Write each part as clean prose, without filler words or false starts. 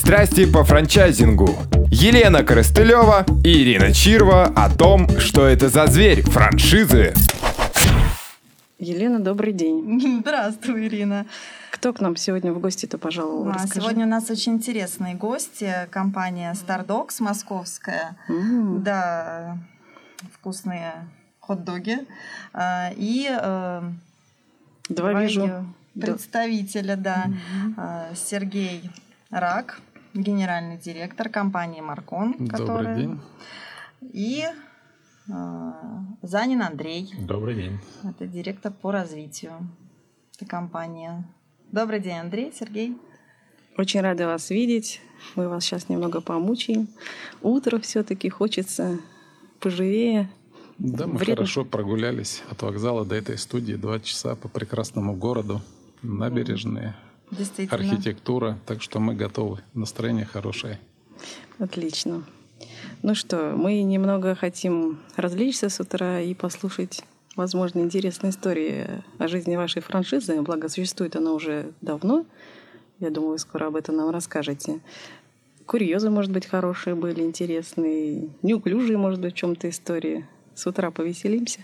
Страсти по франчайзингу. Елена Коростылева и Ирина Чирва о том, что это за зверь франшизы. Елена, добрый день. Здравствуй, Ирина. Кто к нам сегодня в гости-то пожаловал? Расскажи. Сегодня у нас очень интересные гости. Компания StarDogs московская. Да, вкусные хот-доги. И Два вижу представителя, да. Сергей Рак, генеральный директор компании Маркон. Добрый день. И Занин Андрей. Добрый день. Это директор по развитию этой компании. Добрый день, Андрей, Сергей. Очень рада вас видеть. Мы вас сейчас немного помучаем. Утро все-таки хочется поживее. Да, мы хорошо прогулялись от вокзала до этой студии 2 часа по прекрасному городу, набережные, архитектура. Так что мы готовы. Настроение хорошее. Отлично. Ну что, мы немного хотим развлечься с утра и послушать, возможно, интересные истории о жизни вашей франшизы. Благо, существует она уже давно. Я думаю, вы скоро об этом нам расскажете. Курьезы, может быть, хорошие были, интересные. Неуклюжие, может быть, в чем-то истории. С утра повеселимся.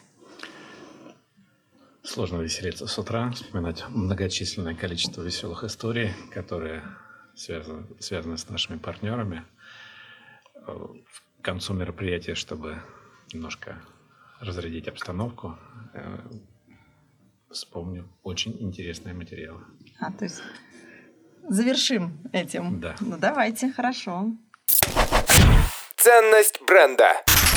Сложно веселиться с утра, вспоминать многочисленное количество веселых историй, которые связаны с нашими партнерами. К концу мероприятия, чтобы немножко разрядить обстановку, вспомню очень интересные материалы. То есть завершим этим? Да. Ну давайте, хорошо. Ценность бренда.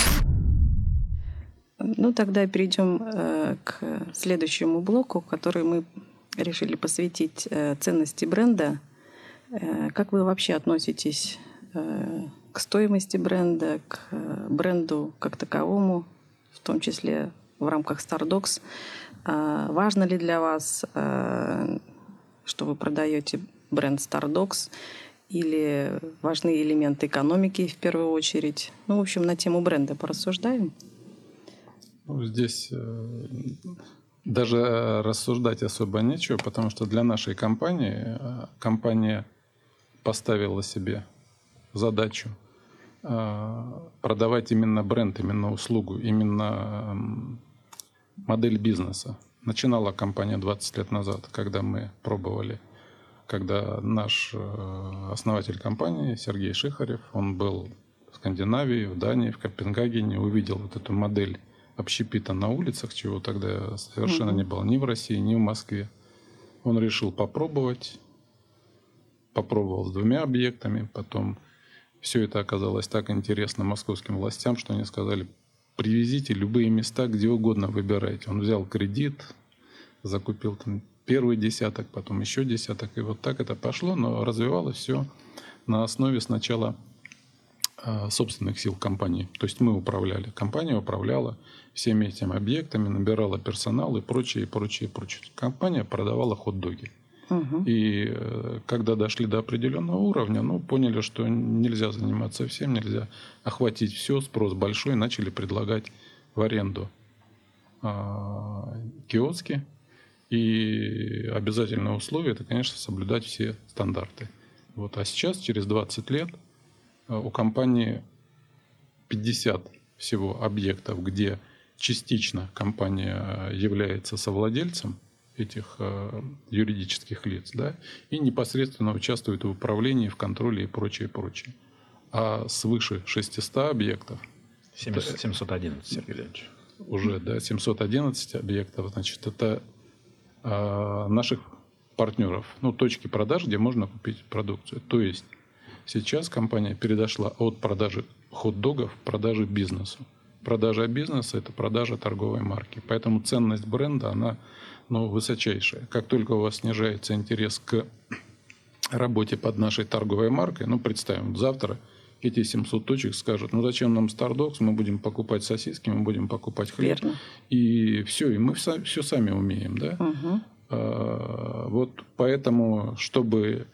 Ну, тогда перейдем к следующему блоку, который мы решили посвятить ценности бренда. Как вы вообще относитесь к стоимости бренда, к бренду как таковому, в том числе в рамках StarDogs? Важно ли для вас, что вы продаете бренд StarDogs, или важны элементы экономики в первую очередь? Ну, в общем, на тему бренда порассуждаем. Здесь даже рассуждать особо нечего, потому что для нашей компании компания поставила себе задачу продавать именно бренд, именно услугу, именно модель бизнеса. Начинала компания 20 лет назад, когда мы пробовали, когда наш основатель компании Сергей Шихарев, он был в Скандинавии, в Дании, в Копенгагене, увидел вот эту модель общепита на улицах, чего тогда совершенно не было ни в России, ни в Москве. Он решил попробовать. Попробовал с 2 объектами. Потом все это оказалось так интересно московским властям, что они сказали: привезите любые места, где угодно выбирайте. Он взял кредит, закупил там первый десяток, потом еще десяток. И вот так это пошло, но развивалось все на основе сначала собственных сил компании. То есть мы управляли. Компания управляла всеми этими объектами, набирала персонал и прочее, прочее, прочее. Компания продавала хот-доги. И когда дошли до определенного уровня, поняли, что нельзя заниматься всем, нельзя охватить все, спрос большой, начали предлагать в аренду киоски. И обязательное условие – это, конечно, соблюдать все стандарты. А сейчас, через 20 лет, у компании 50 всего объектов, где частично компания является совладельцем этих юридических лиц, да, и непосредственно участвует в управлении, в контроле и прочее, прочее. А свыше 600 объектов... 711, Сергей Леонидович. Уже, да, 711 объектов, значит, это наших партнеров, точки продаж, где можно купить продукцию. То есть сейчас компания перешла от продажи хот-догов к продаже бизнесу. Продажа бизнеса – это продажа торговой марки. Поэтому ценность бренда, она высочайшая. Как только у вас снижается интерес к работе под нашей торговой маркой, представим, завтра эти 700 точек скажут: зачем нам StarDogs, мы будем покупать сосиски, мы будем покупать хлеб. Верно. И все, и мы все сами умеем. Да? Поэтому, чтобы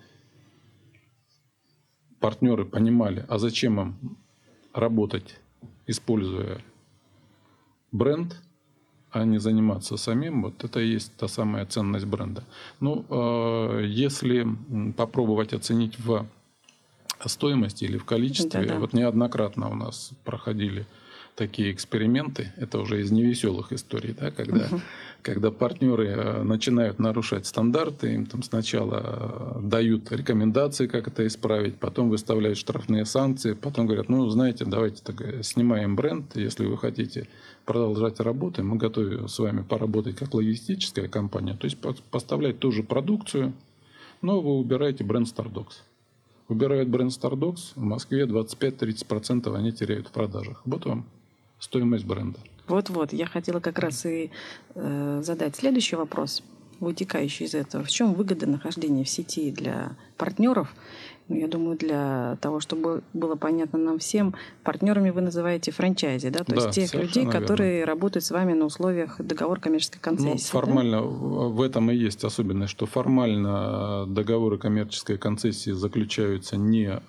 партнеры понимали, а зачем им работать, используя бренд, а не заниматься самим, это и есть та самая ценность бренда. Если попробовать оценить в стоимости или в количестве. Да-да. Вот неоднократно у нас проходили такие эксперименты, это уже из невеселых историй, да, когда партнеры начинают нарушать стандарты, им там сначала дают рекомендации, как это исправить, потом выставляют штрафные санкции, потом говорят, ну, знаете, давайте так, снимаем бренд, если вы хотите продолжать работу, мы готовы с вами поработать как логистическая компания, то есть поставлять ту же продукцию, но вы убираете бренд Stardogs. Убирают бренд Stardogs, в Москве 25-30% они теряют в продажах. Вот вам стоимость бренда. Вот-вот, я хотела как раз и задать следующий вопрос, вытекающий из этого. В чем выгода нахождения в сети для партнеров? Ну, я думаю, для того, чтобы было понятно нам всем, партнерами вы называете франчайзи, да? То есть тех людей, которые работают с вами на условиях договора коммерческой концессии. Ну, формально, да? В этом и есть особенность, что формально договоры коммерческой концессии заключаются не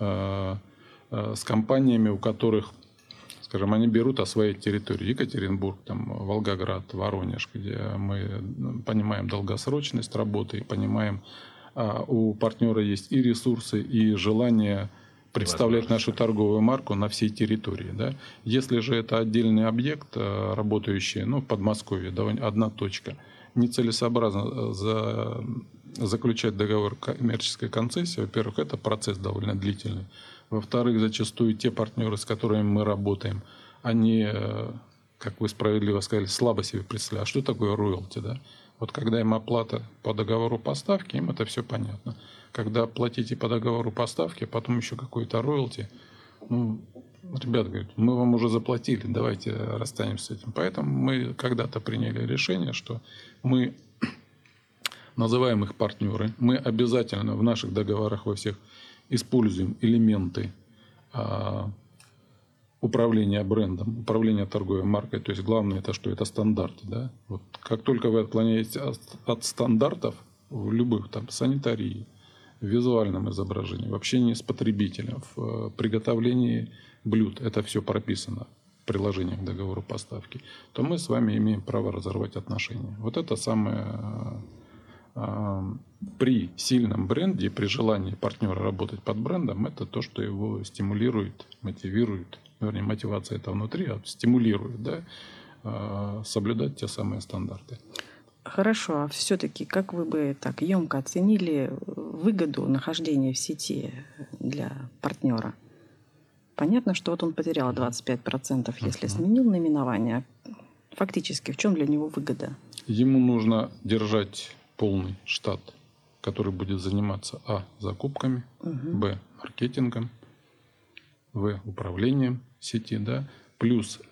с компаниями, у которых, скажем, они берут освоить территорию. Екатеринбург, там, Волгоград, Воронеж, где мы понимаем долгосрочность работы и понимаем, у партнера есть и ресурсы, и желание представлять нашу торговую марку на всей территории. Да? Если же это отдельный объект, работающий, в Подмосковье, одна точка, нецелесообразно заключать договор коммерческой концессии. Во-первых, это процесс довольно длительный. Во-вторых, зачастую те партнеры, с которыми мы работаем, они, как вы справедливо сказали, слабо себе представляют. А что такое роялти? Да? Вот когда им оплата по договору поставки, им это все понятно. Когда платите по договору поставки, а потом еще какой-то роялти, ребята говорят, мы вам уже заплатили, давайте расстанемся с этим. Поэтому мы когда-то приняли решение, что мы называем их партнеры. Мы обязательно в наших договорах во всех используем элементы управления брендом, управления торговой маркой. То есть главное это, что это стандарты. Да? Вот как только вы отклоняетесь от стандартов в любых там санитарии, в визуальном изображении, в общении с потребителем, в приготовлении блюд, это все прописано в приложении к договору поставки, то мы с вами имеем право разорвать отношения. Вот это самое. При сильном бренде, при желании партнера работать под брендом, это то, что его стимулирует, мотивирует. Вернее, мотивация это внутри, а стимулирует, да, соблюдать те самые стандарты. Хорошо, а все-таки как вы бы так емко оценили выгоду нахождения в сети для партнера? Понятно, что вот он потерял 25%, если сменил наименование. Фактически, в чем для него выгода? Ему нужно держать полный штат, который будет заниматься закупками, б маркетингом, в управлением сети, да, плюс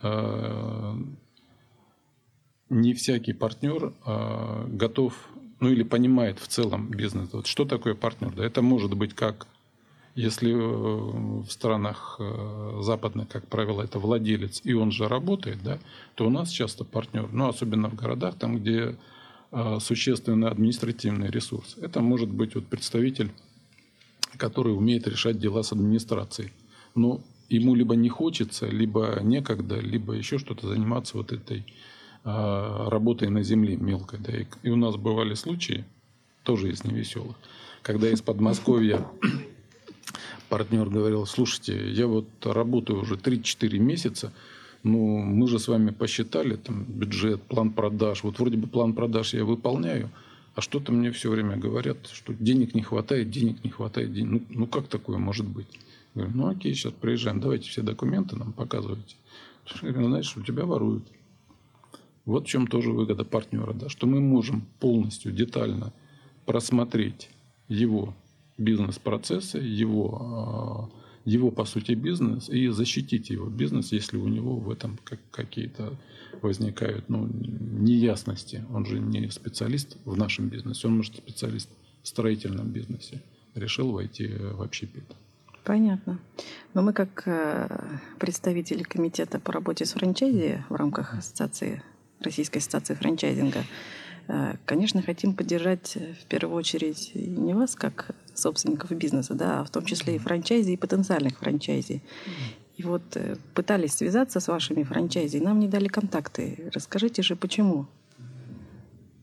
не всякий партнер готов, или понимает в целом бизнес. Вот что такое партнер? Да, это может быть как, если в странах западных, как правило, это владелец, и он же работает, да, то у нас часто партнер, особенно в городах, там, где существенный административный ресурс. Это может быть представитель, который умеет решать дела с администрацией. Но ему либо не хочется, либо некогда, либо еще что-то заниматься этой работой на земле мелкой. Да. И у нас бывали случаи, тоже из невеселых, когда из Подмосковья партнер говорил: слушайте, я работаю уже 3-4 месяца, мы же с вами посчитали там бюджет, план продаж. Вроде бы план продаж я выполняю, а что-то мне все время говорят, что денег не хватает. Как такое может быть? Я говорю, окей, сейчас приезжаем, давайте все документы нам показывайте. Я говорю, знаешь, у тебя воруют. Вот в чем тоже выгода партнера, да, что мы можем полностью, детально просмотреть его бизнес-процессы, его, по сути, бизнес, и защитить его бизнес, если у него в этом какие-то возникают неясности. Он же не специалист в нашем бизнесе, он, может, специалист в строительном бизнесе. Решил войти в общепит. Понятно. Но мы, как представители комитета по работе с франчайзи в рамках Российской ассоциации франчайзинга, конечно, хотим поддержать в первую очередь не вас, как собственников бизнеса, да, а в том числе и франчайзи, и потенциальных франчайзи. И пытались связаться с вашими франчайзи, нам не дали контакты. Расскажите же, почему?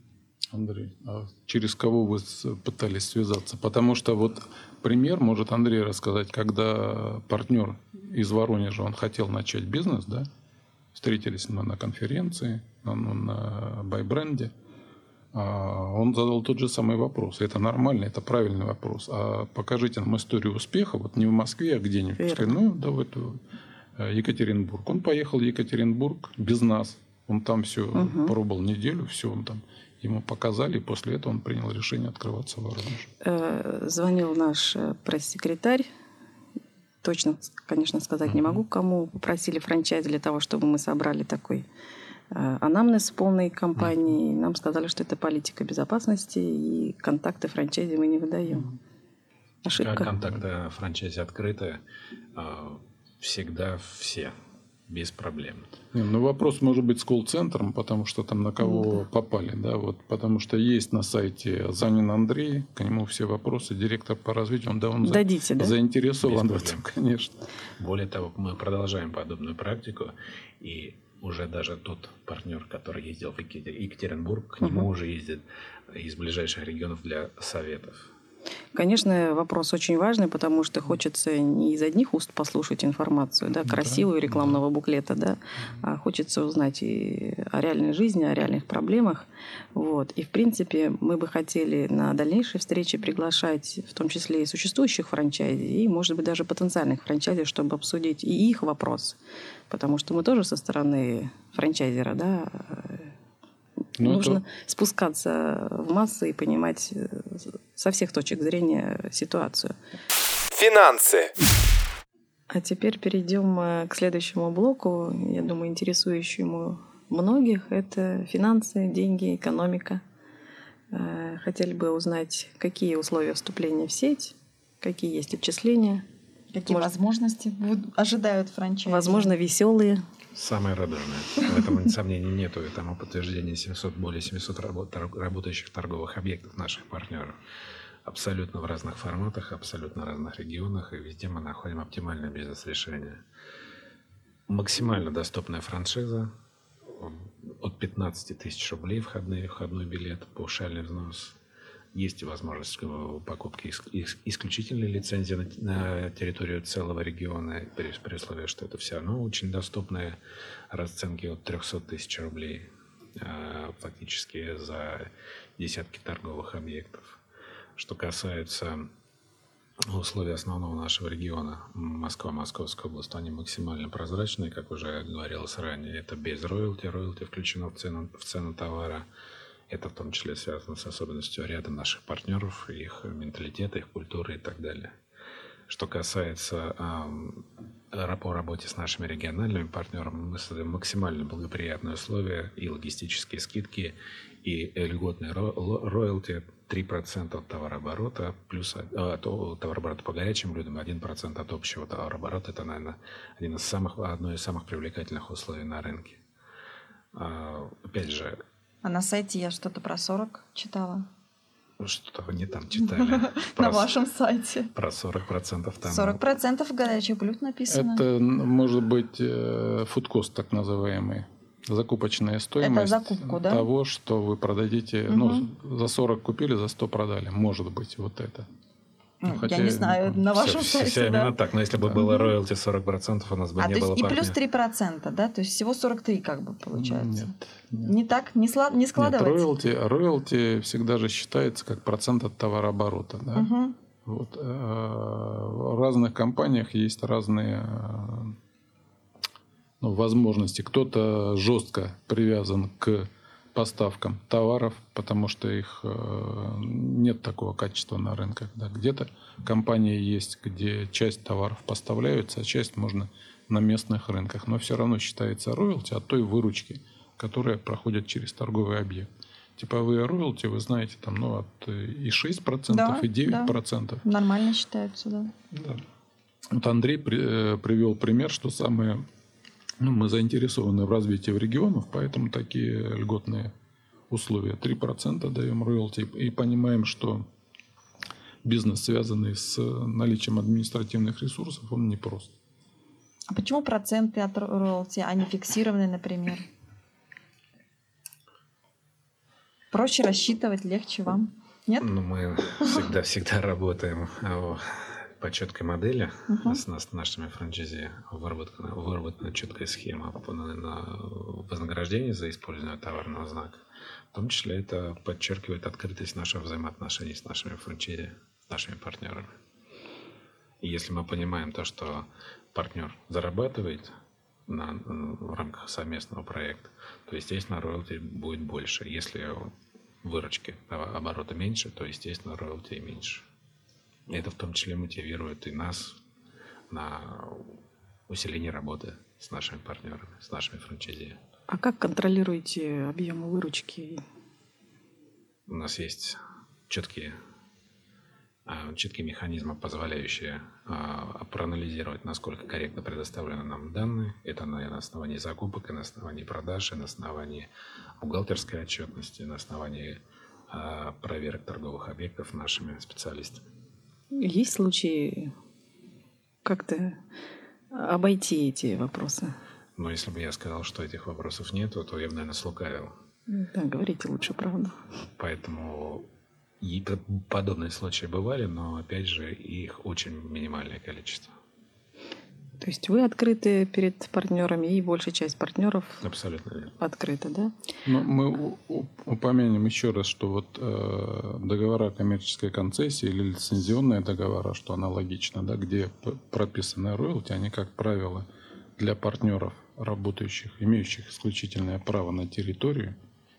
Андрей, а через кого вы пытались связаться? Потому что вот пример может Андрей рассказать, когда партнер из Воронежа, он хотел начать бизнес, да? Встретились мы на конференции, на байбренде. Он задал тот же самый вопрос. Это нормально, это правильный вопрос. А покажите нам историю успеха, вот не в Москве, а где-нибудь. Сказали, ну, да, вот Екатеринбург. Он поехал в Екатеринбург без нас. Он там все пробовал неделю, все он там. Ему показали, и после этого он принял решение открываться в Воронеже. Звонил наш пресс-секретарь. Точно, конечно, сказать не могу, кому попросили франчайз для того, чтобы мы собрали такой анамнез полной компании. Нам сказали, что это политика безопасности, и контакты франчайзи мы не выдаем. Ошибка. Контакты франчайзи открыты. Всегда все. Без проблем. Ну, вопрос может быть с колл-центром, потому что там на кого попали. Да? Вот, потому что есть на сайте Занин Андрей, к нему все вопросы, директор по развитию, он заинтересован в этом, конечно. Более того, мы продолжаем подобную практику, и уже даже тот партнер, который ездил в Екатеринбург, к нему уже ездит из ближайших регионов для советов. Конечно, вопрос очень важный, потому что хочется не из одних уст послушать информацию, да, красивую рекламного буклета, да, а хочется узнать и о реальной жизни, о реальных проблемах. Вот. И, в принципе, мы бы хотели на дальнейшие встречи приглашать, в том числе и существующих франчайзи, и, может быть, даже потенциальных франчайзи, чтобы обсудить и их вопрос. Потому что мы тоже со стороны франчайзера, да, нужно спускаться в массы и понимать со всех точек зрения ситуацию. Финансы. А теперь перейдем к следующему блоку, я думаю, интересующему многих. Это финансы, деньги, экономика. Хотели бы узнать, какие условия вступления в сеть, какие есть отчисления. Какие возможности ожидают франчайзи. Возможно, веселые. Самое радужное. В этом сомнений нету. Тому подтверждение более 700 работающих торговых объектов наших партнеров. Абсолютно в разных форматах, абсолютно в разных регионах. И везде мы находим оптимальное бизнес-решение. Максимально доступная франшиза. От 15 тысяч рублей входной билет, паушальный взнос. Есть возможность покупки исключительной лицензии на территорию целого региона, при условии, что это все равно очень доступные расценки от 300 тысяч рублей, фактически за десятки торговых объектов. Что касается условий основного нашего региона, Москва, Московская область, они максимально прозрачные, как уже говорилось ранее. Это без роялти, роялти включено в цену товара. Это в том числе связано с особенностью ряда наших партнеров, их менталитета, их культуры и так далее. Что касается по работе с нашими региональными партнерами, мы создаем максимально благоприятные условия и логистические скидки, и льготные роялти 3% от товарооборота, плюс товарооборот по горячим людям 1% от общего товарооборота. Это, наверное, одно из самых привлекательных условий на рынке. Опять же, а на сайте я что-то про 40 читала. Что-то вы не там читали. На вашем сайте. Про 40% там. 40% горячий блюд написано. Это может быть фудкост, так называемый. Закупочная стоимость того, что вы продадите. За 40 купили, за 100 продали. Может быть, вот это. Я не знаю, на вашем сайте. Все именно так. Но если бы было роялти 40%, у нас бы не было партнера. И плюс 3%, да? То есть всего 43 как бы получается. Нет. Не так? Не складывается? Нет, роялти всегда же считается как процент от товарооборота. Да? Вот. В разных компаниях есть разные возможности. Кто-то жестко привязан к поставкам товаров, потому что их нет такого качества на рынках. Да. Где-то компании есть, где часть товаров поставляются, а часть можно на местных рынках. Но все равно считается роялти от той выручки, которая проходит через торговый объект. Типовые роялти, вы знаете, там от и 6%, и 9%. Да. Нормально считаются, да. Вот Андрей привел пример, что самое... мы заинтересованы в развитии в регионах, поэтому такие льготные условия. 3% даем роялти и понимаем, что бизнес, связанный с наличием административных ресурсов, он непрост. А почему проценты от роялти, а не фиксированные, например? Проще рассчитывать, легче вам? Нет? Ну, мы всегда работаем по четкой модели. С нашими франчайзи выработана четкая схема вознаграждения за использование товарного знака. В том числе это подчеркивает открытость наших взаимоотношений с нашими франчайзи, с нашими партнерами. И если мы понимаем то, что партнер зарабатывает в рамках совместного проекта, то, естественно, роялти будет больше. Если выручки оборота меньше, то, естественно, роялти меньше. И это в том числе мотивирует и нас на усиление работы с нашими партнерами, с нашими франчайзи. А как контролируете объемы выручки? У нас есть четкие механизмы, позволяющие проанализировать, насколько корректно предоставлены нам данные. Это на основании закупок, и на основании продаж, и на основании бухгалтерской отчетности, на основании проверок торговых объектов нашими специалистами. Есть случаи как-то обойти эти вопросы? Но если бы я сказал, что этих вопросов нет, то я бы, наверное, слукавил. Да, говорите лучше правду. Поэтому и подобные случаи бывали, но, опять же, их очень минимальное количество. То есть вы открыты перед партнерами, и большая часть партнеров Абсолютно верно. открыта, да? Но мы упомянем еще раз, что вот договора коммерческой концессии или лицензионные договора, что аналогично, да, где прописаны роялти, они, как правило, для партнеров, работающих, имеющих исключительное право на территорию,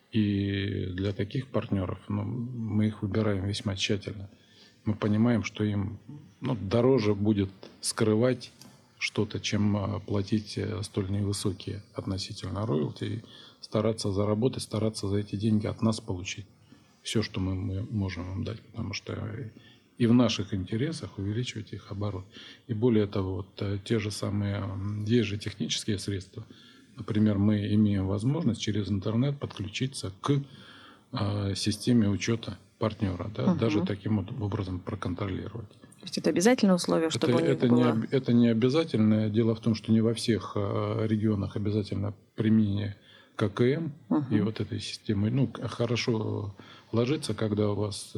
и для таких партнеров мы их выбираем весьма тщательно. Мы понимаем, что им дороже будет скрывать что-то, чем платить столь невысокие относительно роялти и стараться заработать, стараться за эти деньги от нас получить все, что мы можем им дать, потому что и в наших интересах увеличивать их оборот. И более того, те же самые, есть же технические средства. Например, мы имеем возможность через интернет подключиться к системе учета партнера, да, даже таким образом проконтролировать. То есть это обязательное условие, чтобы это не обязательное. Дело в том, что не во всех регионах обязательно применение ККМ и вот этой системы. Хорошо ложится, когда у вас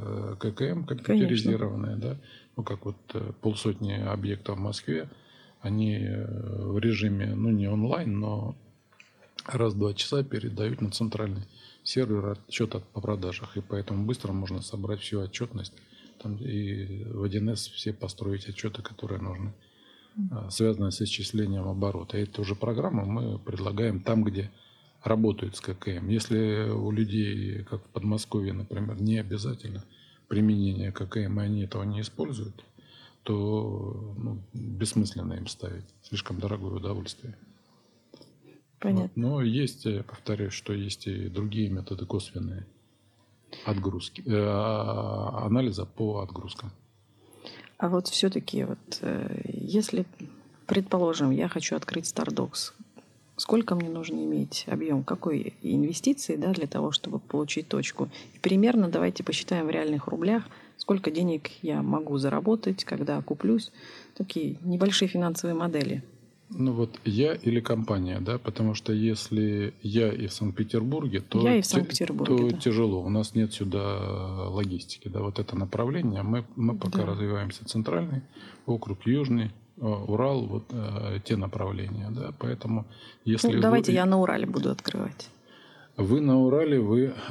ККМ компьютеризированная, да, как вот полсотни объектов в Москве, они в режиме, не онлайн, но раз в 2 часа передают на центральный сервер отчет по продажах, и поэтому быстро можно собрать всю отчетность там, и в 1С все построить отчеты, которые нужны, связанные с исчислением оборота. И эту же программу мы предлагаем там, где работают с ККМ. Если у людей, как в Подмосковье, например, не обязательно применение ККМ, и они этого не используют, то бессмысленно им ставить. Слишком дорогое удовольствие. Понятно. Но есть, я повторяю, что есть и другие методы косвенные отгрузки, анализа по отгрузкам. А вот все-таки, если, предположим, я хочу открыть Stardocs, сколько мне нужно иметь объем, какой инвестиции, да, для того, чтобы получить точку? И примерно давайте посчитаем в реальных рублях, сколько денег я могу заработать, когда куплюсь. Такие небольшие финансовые модели. Я или компания, да, потому что если я и в Санкт-Петербурге, то тяжело. У нас нет сюда логистики, да, вот это направление. Мы пока развиваемся центральный округ, южный, Урал, те направления, да, поэтому если давайте я на Урале буду открывать. Вы на Урале,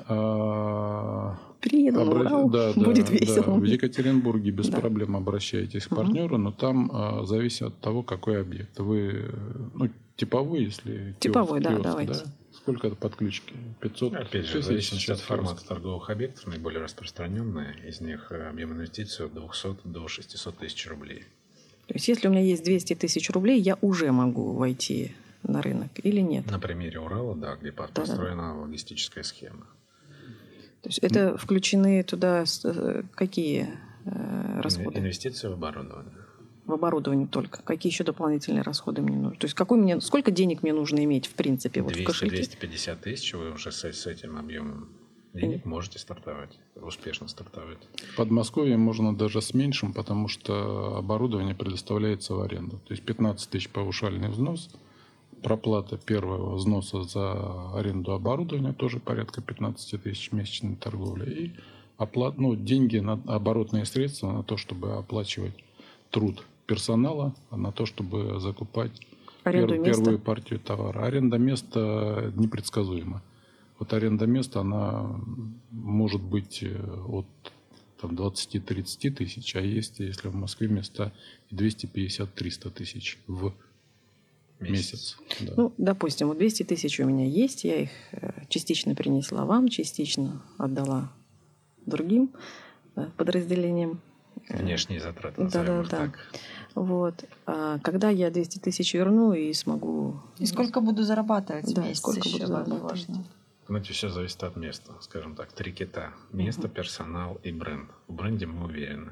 приеду на Урал, будет весело. Да. В Екатеринбурге без проблем обращаетесь к партнеру, но там зависит от того, какой объект. Вы, типовой, если типовой, киоск, давайте. Да? Сколько это подключки? 500? Опять же, в зависимости от формата торговых объектов, наиболее распространенные, из них объем инвестиций от 200 до 600 тысяч рублей. То есть, если у меня есть 200 тысяч рублей, я уже могу войти на рынок или нет? На примере Урала, да, где построена логистическая схема. То есть это включены туда какие расходы? Инвестиции в оборудование. В оборудование только. Какие еще дополнительные расходы мне нужны? То есть сколько денег мне нужно иметь в принципе в кошельке? 200-250 тысяч вы уже с этим объемом денег можете стартовать, успешно стартовать. В Подмосковье можно даже с меньшим, потому что оборудование предоставляется в аренду. То есть 15 тысяч паушальный взнос, проплата первого взноса за аренду оборудования, тоже порядка 15 тысяч месячной торговли, и деньги на оборотные средства на то, чтобы оплачивать труд персонала, на то, чтобы закупать первую партию товара. Аренда места непредсказуема. Вот аренда места, она может быть от 20-30 тысяч, а есть, если в Москве, места 250-300 тысяч в месяц. Да. Ну, допустим, 200 тысяч у меня есть, я их частично принесла вам, частично отдала другим подразделениям. Внешние затраты. Да. Так. Вот. А когда я 200 тысяч верну и смогу... И сколько буду зарабатывать в месяц? Сколько буду зарабатывать. Знаете, все зависит от места. Скажем так, 3 кита. Место, персонал и бренд. В бренде мы уверены.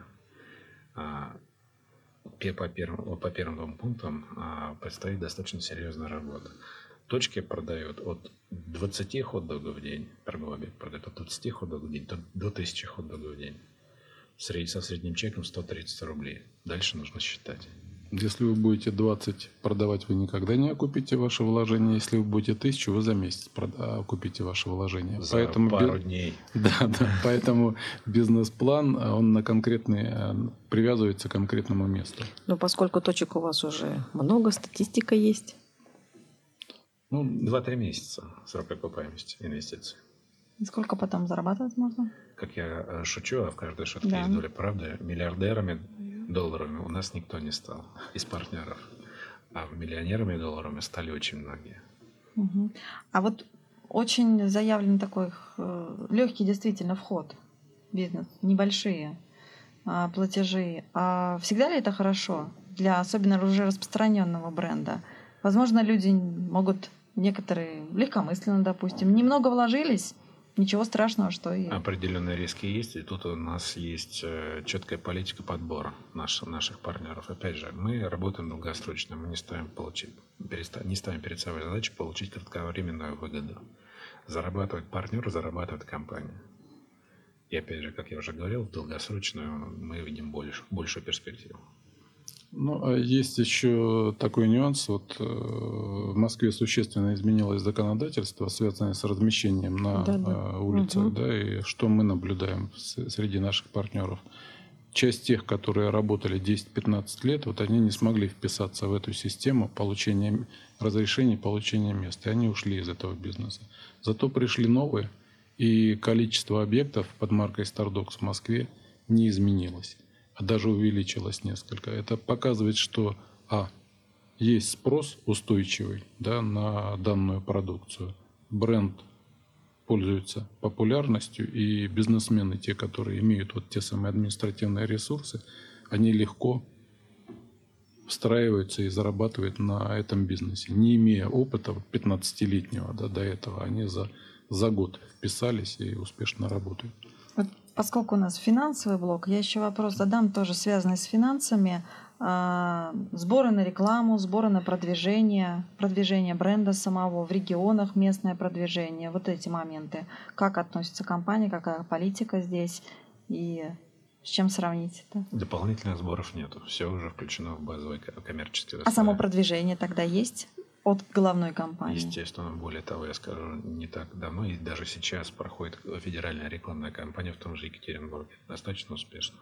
По первым двум пунктам предстоит достаточно серьезная работа. Точки продают от 20 хот-догов в день. Торговый объект продает от 20 хот-догов в день до 1000 хот-догов в день. Со средним чеком 130 рублей. Дальше нужно считать. Если вы будете 20 продавать, вы никогда не окупите ваше вложение. Если вы будете 1000, вы за месяц окупите ваше вложение. За пару дней. Да. Поэтому бизнес-план, он привязывается к конкретному месту. Но поскольку точек у вас уже много, статистика есть. 2-3 месяца срок окупаемости инвестиций. И сколько потом зарабатывать можно? Как я шучу, а в каждой шутке есть доля правды. Миллиардерами долларами у нас никто не стал из партнеров. А миллионерами долларами стали очень многие. Угу. А вот очень заявлен такой легкий действительно вход в бизнес, небольшие платежи. А всегда ли это хорошо для особенно уже распространенного бренда? Возможно, люди могут, некоторые легкомысленно, допустим, немного вложились, ничего страшного, что и... Определенные риски есть, и тут у нас есть четкая политика подбора наших партнеров. Опять же, мы работаем долгосрочно, мы не ставим перед собой задачу получить кратковременную выгоду. Зарабатывает партнер, зарабатывает компания. И опять же, как я уже говорил, в долгосрочную мы видим большую перспективу. Есть еще такой нюанс. В Москве существенно изменилось законодательство, связанное с размещением на улицах. Да, и что мы наблюдаем среди наших партнеров? Часть тех, которые работали 10-15 лет, они не смогли вписаться в эту систему получения разрешений, получения мест. И они ушли из этого бизнеса. Зато пришли новые, и количество объектов под маркой Stardogs в Москве не изменилось, а даже увеличилось несколько. Это показывает, что есть спрос устойчивый, да, на данную продукцию. Бренд пользуется популярностью, и бизнесмены, те, которые имеют те самые административные ресурсы, они легко встраиваются и зарабатывают на этом бизнесе. Не имея опыта 15-летнего до этого, они за год вписались и успешно работают. Поскольку у нас финансовый блок, я еще вопрос задам, тоже связанный с финансами. Сборы на рекламу, сборы на продвижение бренда самого, в регионах местное продвижение. Вот эти моменты. Как относится компания, какая политика здесь и с чем сравнить это? Дополнительных сборов нету. Все уже включено в базовые коммерческие условия. А само продвижение тогда есть? От головной компании. Естественно, более того, я скажу, не так давно, и даже сейчас проходит федеральная рекламная кампания в том же Екатеринбурге. Достаточно успешно.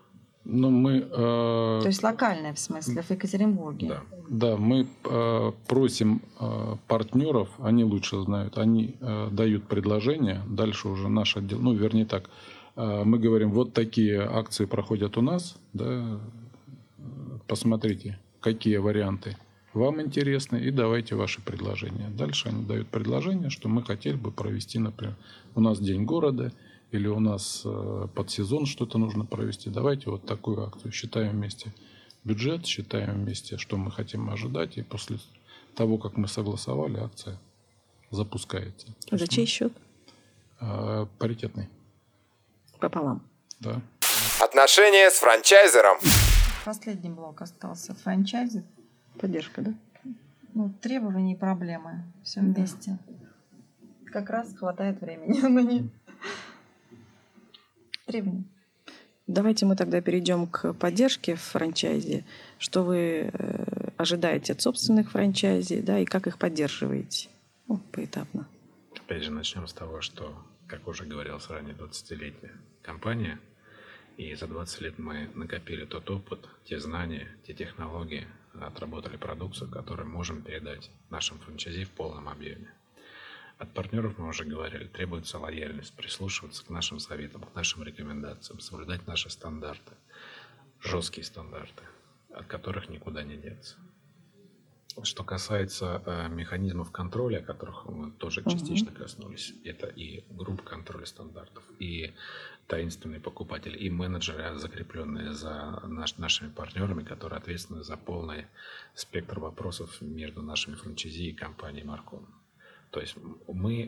То есть локальная, в смысле, в Екатеринбурге. Да, мы просим партнеров, они лучше знают, они дают предложения, дальше уже наш отдел, вернее так, мы говорим, вот такие акции проходят у нас, да, посмотрите, какие варианты вам интересны, и давайте ваши предложения. Дальше они дают предложение, что мы хотели бы провести, например, у нас День города, или у нас под сезон что-то нужно провести. Давайте вот такую акцию. Считаем вместе бюджет, считаем вместе, что мы хотим ожидать, и после того, как мы согласовали, акция запускается. За чей счет? Паритетный. Пополам. Да. Отношения с франчайзером. Последний блок остался. Франчайзи. Поддержка, да? Требования и проблемы. Все вместе. Как раз хватает времени. Требования. Давайте мы тогда перейдем к поддержке в франчайзе. Что вы ожидаете от собственных франчайзи, да, и как их поддерживаете? Поэтапно. Опять же, начнем с того, что, как уже говорилось ранее, 20-летняя компания, и за 20 лет мы накопили тот опыт, те знания, те технологии, отработали продукцию, которую можем передать нашим франчайзи в полном объеме. От партнеров мы уже говорили, требуется лояльность, прислушиваться к нашим советам, к нашим рекомендациям, соблюдать наши стандарты, жесткие стандарты, от которых никуда не деться. Что касается механизмов контроля, о которых мы тоже частично коснулись, это и группа контроля стандартов, и таинственные покупатели, и менеджеры, закрепленные за нашими партнерами, которые ответственны за полный спектр вопросов между нашими франчайзи и компанией Маркон. То есть мы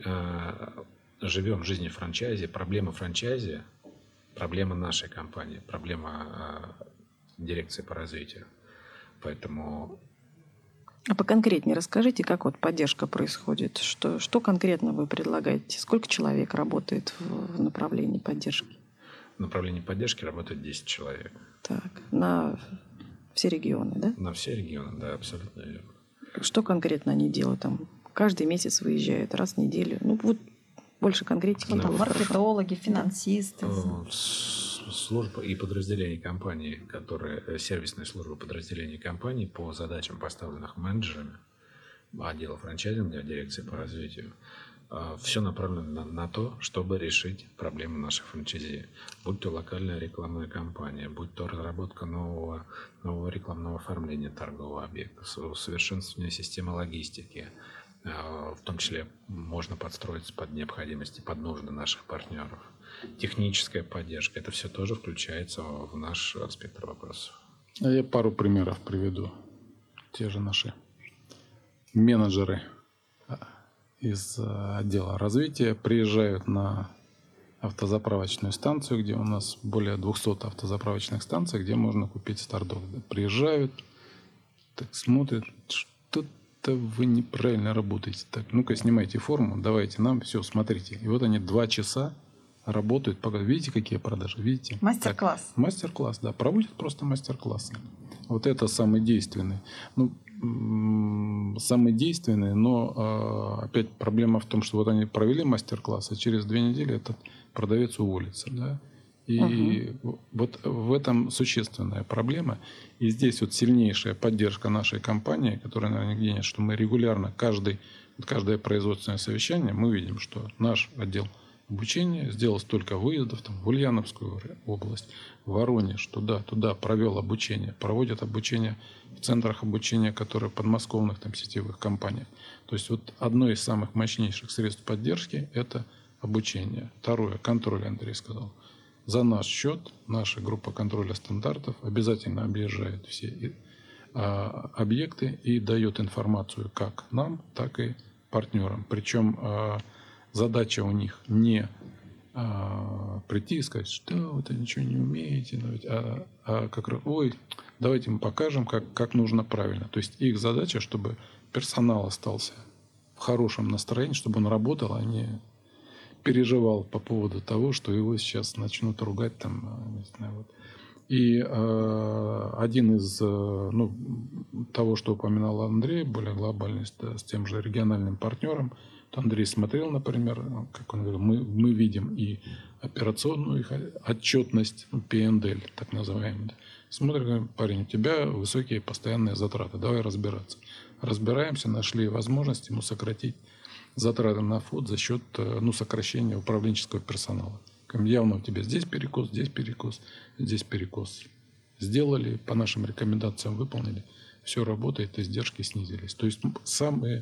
живем жизнью франчайзи, проблема франчайзи, проблема нашей компании, проблема дирекции по развитию. Поэтому... А поконкретнее расскажите, как вот поддержка происходит? Что конкретно вы предлагаете? Сколько человек работает в направлении поддержки? В направлении поддержки работает 10 человек. Так, на все регионы, да? На все регионы, да, абсолютно верно. Что конкретно они делают? Там каждый месяц выезжают, раз в неделю? Вот больше конкретики. Маркетологи, финансисты. Служба и подразделения компании, сервисная служба подразделений компании по задачам, поставленных менеджерами отдела франчайзинга, дирекции по развитию, все направлено на то, чтобы решить проблемы наших франчайзи. Будь то локальная рекламная кампания, будь то разработка нового рекламного оформления торгового объекта, усовершенствование системы логистики, в том числе можно подстроиться под необходимости, под нужды наших партнеров. Техническая поддержка, это все тоже включается в наш спектр вопросов. Я пару примеров приведу. Те же наши менеджеры из отдела развития приезжают на автозаправочную станцию, где у нас более 200 автозаправочных станций, где можно купить стартов. Приезжают, так смотрят, что-то вы неправильно работаете. Так, ну-ка, снимайте форму, давайте нам, все, смотрите. И вот они 2 часа работают. Видите, какие продажи? Видите? Мастер-класс. Так, мастер-класс, да. Проводят просто мастер-классы. Вот это самый действенный. Самый действенный, но опять проблема в том, что вот они провели мастер-класс, а через 2 недели этот продавец уволится. Да? И вот в этом существенная проблема. И здесь вот сильнейшая поддержка нашей компании, которая, наверное, нигде нет, что мы регулярно, каждое производственное совещание, мы видим, что наш отдел обучения сделал столько выездов там, в Ульяновскую область, в Воронеж, туда провел обучение. Проводят обучение в центрах обучения, которые в подмосковных там, сетевых компаниях. То есть вот одно из самых мощнейших средств поддержки – это обучение. Второе – контроль, Андрей сказал. За наш счет наша группа контроля стандартов обязательно объезжает все объекты и дает информацию как нам, так и партнерам. Причем задача у них не прийти и сказать, что вы ничего не умеете, а как раз, давайте мы покажем, как нужно правильно. То есть их задача, чтобы персонал остался в хорошем настроении, чтобы он работал, а не переживал по поводу того, что его сейчас начнут ругать там, не знаю, вот. И один из того, что упоминал Андрей, более глобальный, с тем же региональным партнером, то Андрей смотрел, например, как он говорил, мы видим и операционную их отчетность, P&L, так называемый. Смотрим, говорим, парень, у тебя высокие постоянные затраты, давай разбираться. Разбираемся, нашли возможность ему сократить затраты на вход за счет сокращения управленческого персонала. Явно у тебя здесь перекос, здесь перекос. Сделали, по нашим рекомендациям выполнили, все работает, издержки снизились. То есть самые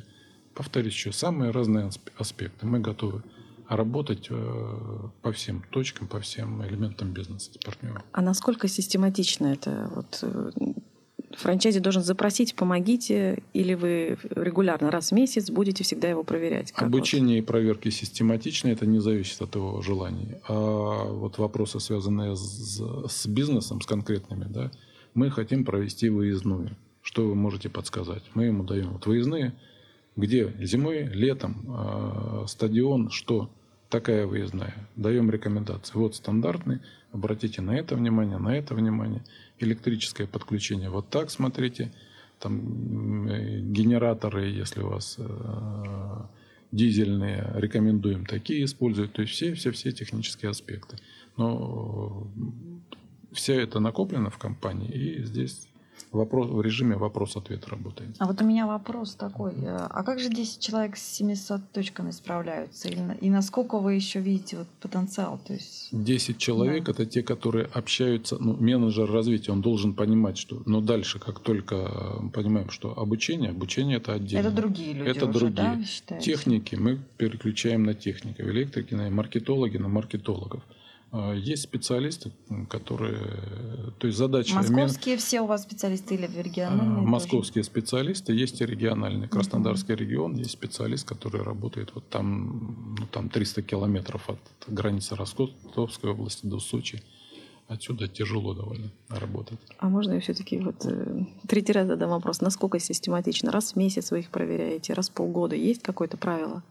разные аспекты. Мы готовы работать по всем точкам, по всем элементам бизнеса с партнером. А насколько систематично это? Франчайзи должен запросить, помогите, или вы регулярно раз в месяц будете всегда его проверять? Обучение и проверки систематично, это не зависит от его желаний. А вот вопросы, связанные с бизнесом, с конкретными, да, мы хотим провести выездную. Что вы можете подсказать? Мы ему даем выездные, где зимой, летом, стадион, что такая выездная. Даем рекомендации. Вот стандартный, обратите на это внимание, электрическое подключение. Вот так смотрите. там генераторы, если у вас дизельные, рекомендуем такие использовать. То есть все технические аспекты. Но все это накоплено в компании, и здесь в режиме вопрос-ответ работает. А вот у меня вопрос такой. А как же 10 человек с 700 точками справляются? И насколько вы еще видите вот потенциал? То есть... 10 человек это те, которые общаются. Менеджер развития, он должен понимать, что дальше, как только понимаем, что обучение это отдельно. Это другие люди это уже, другие. Да, вы считаете? Техники мы переключаем на техников, электрики, на маркетологи, на маркетологов. Есть специалисты, которые... То есть задача... Московские все у вас специалисты или региональные? Московские специалисты, есть и региональные. Краснодарский регион, есть специалист, который работает вот там 300 километров от границы Ростовской области до Сочи. Отсюда тяжело довольно работать. А можно я все-таки третий раз задам вопрос. Насколько систематично? Раз в месяц вы их проверяете, раз в полгода? Есть какое-то правило?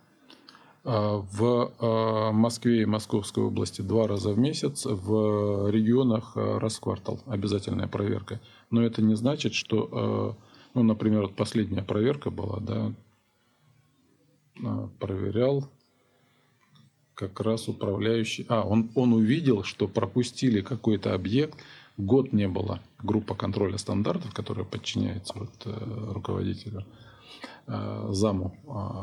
В Москве и Московской области 2 раза в месяц, в регионах раз в квартал обязательная проверка. Но это не значит, что, например, вот последняя проверка была, проверял как раз управляющий. Он увидел, что пропустили какой-то объект, год не было группа контроля стандартов, которая подчиняется руководителю, заму.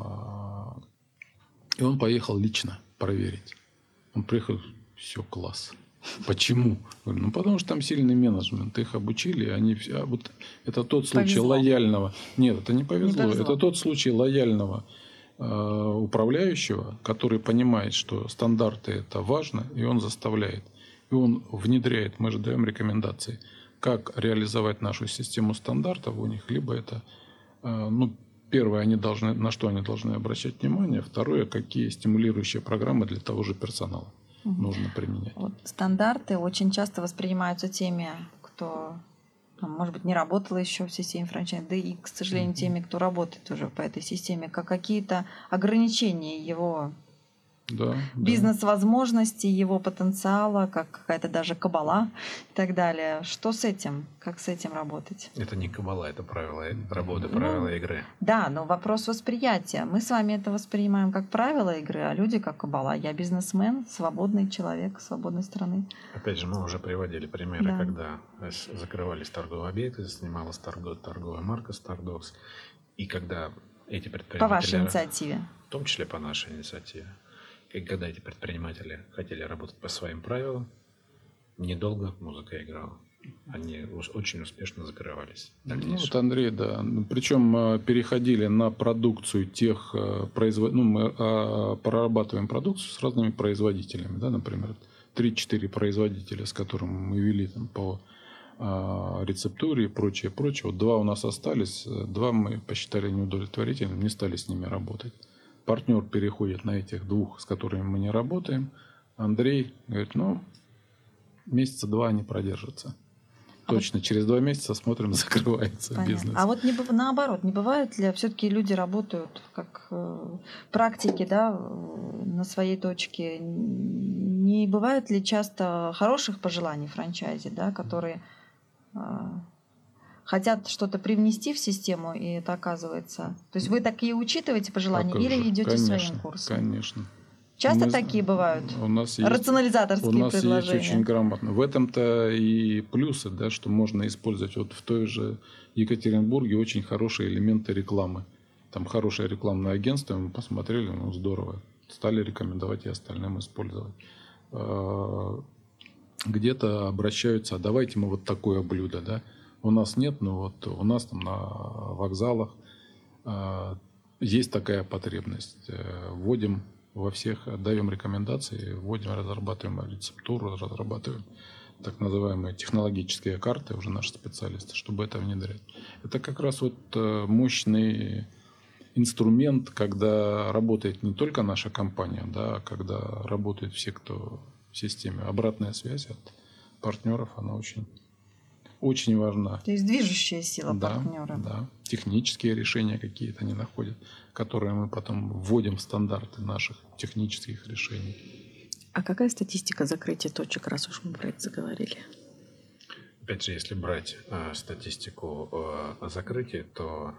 И он поехал лично проверить. Он приехал, все, класс. Почему? Говорю, потому что там сильный менеджмент. Их обучили, они все... это тот случай лояльного... Нет, это не повезло. Это тот случай лояльного управляющего, который понимает, что стандарты это важно, и он заставляет. И он внедряет, мы же даем рекомендации, как реализовать нашу систему стандартов у них, либо это... Первое, на что они должны обращать внимание. Второе, какие стимулирующие программы для того же персонала нужно применять. Вот стандарты очень часто воспринимаются теми, кто, может быть, не работал еще в системе франчайзинга, да и, к сожалению, теми, кто работает уже по этой системе, как какие-то ограничения его бизнес-возможностностей, его потенциала, как какая-то даже кабала и так далее. Что с этим? Как с этим работать? Это не кабала, это правила работы, правила игры. Да, но вопрос восприятия. Мы с вами это воспринимаем как правила игры, а люди как кабала. Я бизнесмен, свободный человек, свободной страны. Опять же, мы уже приводили примеры, когда закрывались торговые объекты, снималась торговая марка Stardogs, и когда эти предприниматели... По вашей инициативе. В том числе по нашей инициативе. И когда эти предприниматели хотели работать по своим правилам, недолго музыка играла. Они очень успешно закрывались. Андрей, да. Причем переходили на продукцию тех производителей. Мы прорабатываем продукцию с разными производителями. Да, например, 3-4 производителя, с которыми мы вели по рецептуре и прочее. Вот 2 у нас остались, 2 мы посчитали неудовлетворительными, не стали с ними работать. Партнер переходит на этих 2, с которыми мы не работаем. Андрей говорит, месяца 2 они продержатся. Точно, через 2 месяца смотрим, закрывается бизнес. А вот наоборот, не бывает ли, все-таки люди работают как практики, на своей точке, не бывает ли часто хороших пожеланий франчайзи, которые хотят что-то привнести в систему, и это оказывается... То есть вы такие учитываете пожелания или идете своим курсом? Конечно. Часто такие бывают? У нас рационализаторские предложения? Есть очень грамотно. В этом-то и плюсы, что можно использовать. Вот в той же Екатеринбурге очень хорошие элементы рекламы. Там хорошее рекламное агентство, мы посмотрели, здорово. Стали рекомендовать и остальным использовать. Где-то обращаются, давайте мы вот такое блюдо, У нас нет, но у нас там на вокзалах есть такая потребность. Вводим во всех, даем рекомендации, вводим, разрабатываем рецептуру, разрабатываем так называемые технологические карты, уже наши специалисты, чтобы это внедрять. Это как раз мощный инструмент, когда работает не только наша компания, а когда работают все, кто в системе. Обратная связь от партнеров, она очень важна. То есть движущая сила партнера. Да. Технические решения какие-то они находят, которые мы потом вводим в стандарты наших технических решений. А какая статистика закрытия точек, раз уж мы про это заговорили? Опять же, если брать статистику о закрытии, то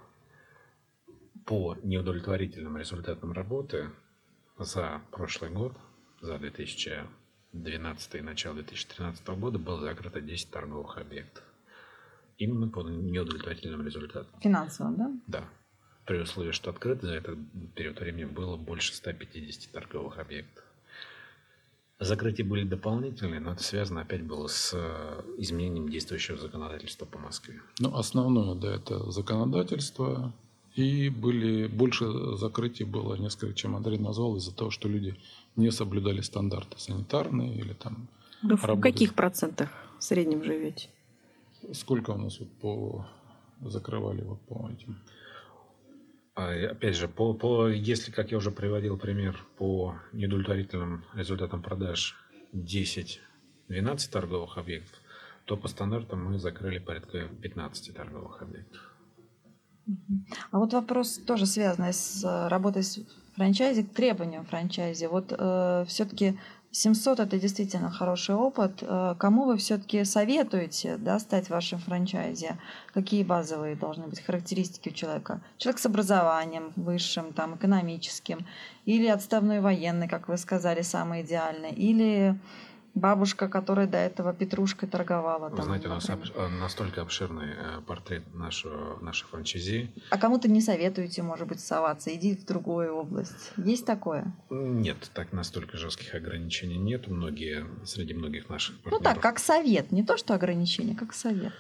по неудовлетворительным результатам работы за прошлый год, за 2012 и начало 2013 года было закрыто 10 торговых объектов. Именно по неудовлетворительным результатам. Финансово, да? Да. При условии, что открыто за этот период времени было больше 150 торговых объектов. Закрытия были дополнительные, но это связано опять было с изменением действующего законодательства по Москве. Ну, основное, да, это законодательство. И больше закрытий было несколько, чем Андрей назвал, из-за того, что люди не соблюдали стандарты санитарные или там... Вы в каких процентах в среднем живете? Сколько у нас вот закрывали вот по этим? Опять же, если, как я уже приводил пример, по неудовлетворительным результатам продаж 10-12 торговых объектов, то по стандартам мы закрыли порядка 15 торговых объектов. А вот вопрос тоже связанный с работой с франчайзи, к требованиям франчайзи. Вот все-таки 700 это действительно хороший опыт. Кому вы все-таки советуете, да, стать вашим франчайзи? Какие базовые должны быть характеристики у человека? Человек с образованием высшим, там, экономическим, или отставной военный, как вы сказали, самый идеальный, или бабушка, которая до этого петрушкой торговала. Вы там, знаете, у нас например. настолько обширный портрет нашей франчайзи. А кому-то не советуете, может быть, соваться, иди в другую область. Есть такое? Нет, так настолько жестких ограничений нет. Среди многих наших партнеров. Ну так, как совет. Не то, что ограничение, как совет.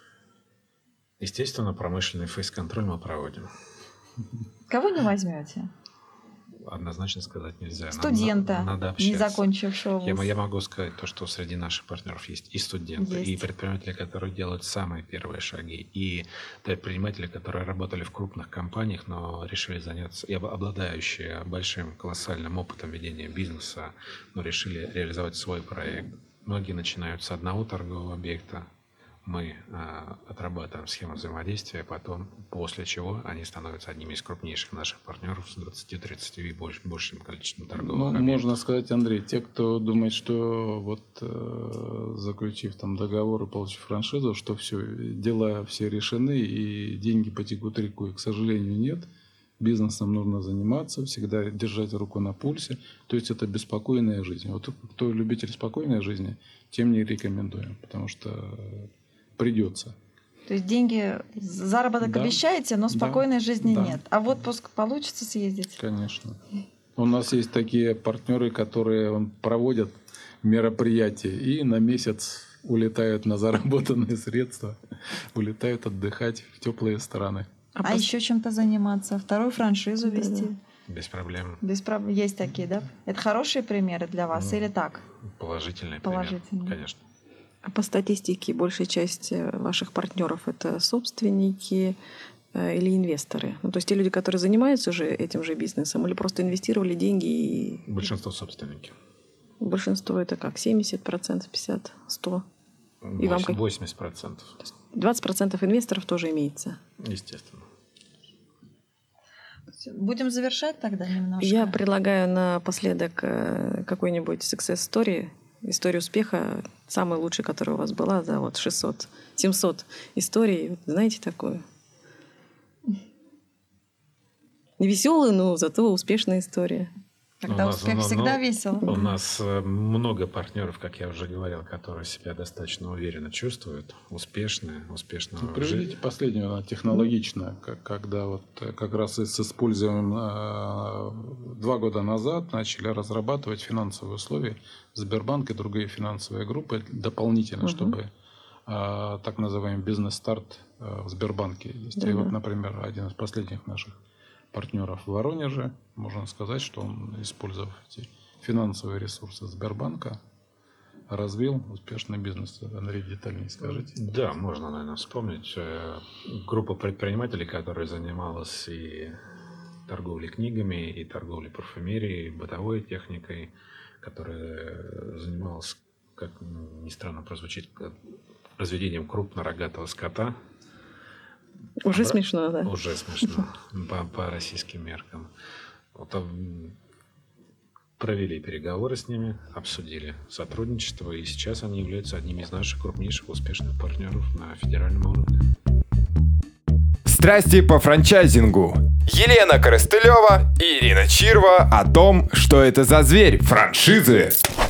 Естественно, промышленный фейс-контроль мы проводим. Кого не возьмете? Однозначно сказать нельзя. Студента, надо не общаться. закончившего вуз. Я могу сказать то, что среди наших партнеров есть и студенты, Есть. и предприниматели, которые делают самые первые шаги, и предприниматели, которые работали в крупных компаниях, но решили заняться, и обладающие большим колоссальным опытом ведения бизнеса, но решили реализовать свой проект. Многие начинают с одного торгового объекта. Мы отрабатываем схему взаимодействия, потом, после чего они становятся одними из крупнейших наших партнеров с 20-30 и большим количеством торговых объектов. Можно сказать, Андрей, те, кто думает, что вот заключив там договор и получив франшизу, что все, дела все решены и деньги потекут рекой, к сожалению, нет. Бизнесом нужно заниматься, всегда держать руку на пульсе. То есть это беспокойная жизнь. Вот кто любитель спокойной жизни, тем не рекомендуем, потому что придется. То есть деньги, заработок Да. обещаете, но спокойной жизни Да. нет. А в отпуск получится съездить? Конечно. У нас есть такие партнеры, которые проводят мероприятия и на месяц улетают на заработанные средства, улетают отдыхать в теплые страны. А еще чем-то заниматься? Вторую франшизу Да-да. вести? Без проблем. Есть такие, да? Это хорошие примеры для вас или так? Положительный Положительный. пример, конечно. А по статистике большая часть ваших партнеров это собственники или инвесторы? Ну, то есть те люди, которые занимаются уже этим же бизнесом, или просто инвестировали деньги и Большинство собственники. большинство это как? 70%, 50%, 100%? И вам как? 80%. 20% инвесторов тоже имеется. Естественно. Будем завершать тогда немножко? Я предлагаю напоследок какой-нибудь success story, историю успеха, самый лучший, которая у вас была за 600-700 историй. Знаете такую? Невеселая, но зато успешная история. Когда успех всегда весел. У нас много партнеров, как я уже говорил, которые себя достаточно уверенно чувствуют, успешно. Приведите последнюю, технологичную, когда вот как раз с использованием 2 года назад начали разрабатывать финансовые условия Сбербанк и другие финансовые группы дополнительно, чтобы так называемый бизнес-старт в Сбербанке есть. И вот, например, один из последних наших партнеров в Воронеже, можно сказать, что он, использовав эти финансовые ресурсы Сбербанка, развил успешный бизнес. Андрей, детальнее скажите. Да, можно, наверное, вспомнить. Группа предпринимателей, которая занималась и торговлей книгами, и торговлей парфюмерией, бытовой техникой, которая занималась, как ни странно прозвучит, разведением крупнорогатого скота. Уже смешно, да? Уже смешно по российским меркам. Вот, провели переговоры с ними, обсудили сотрудничество, и сейчас они являются одними из наших крупнейших успешных партнеров на федеральном уровне. Страсти по франчайзингу. Елена Коростылева и Ирина Чирва о том, что это за зверь франшизы.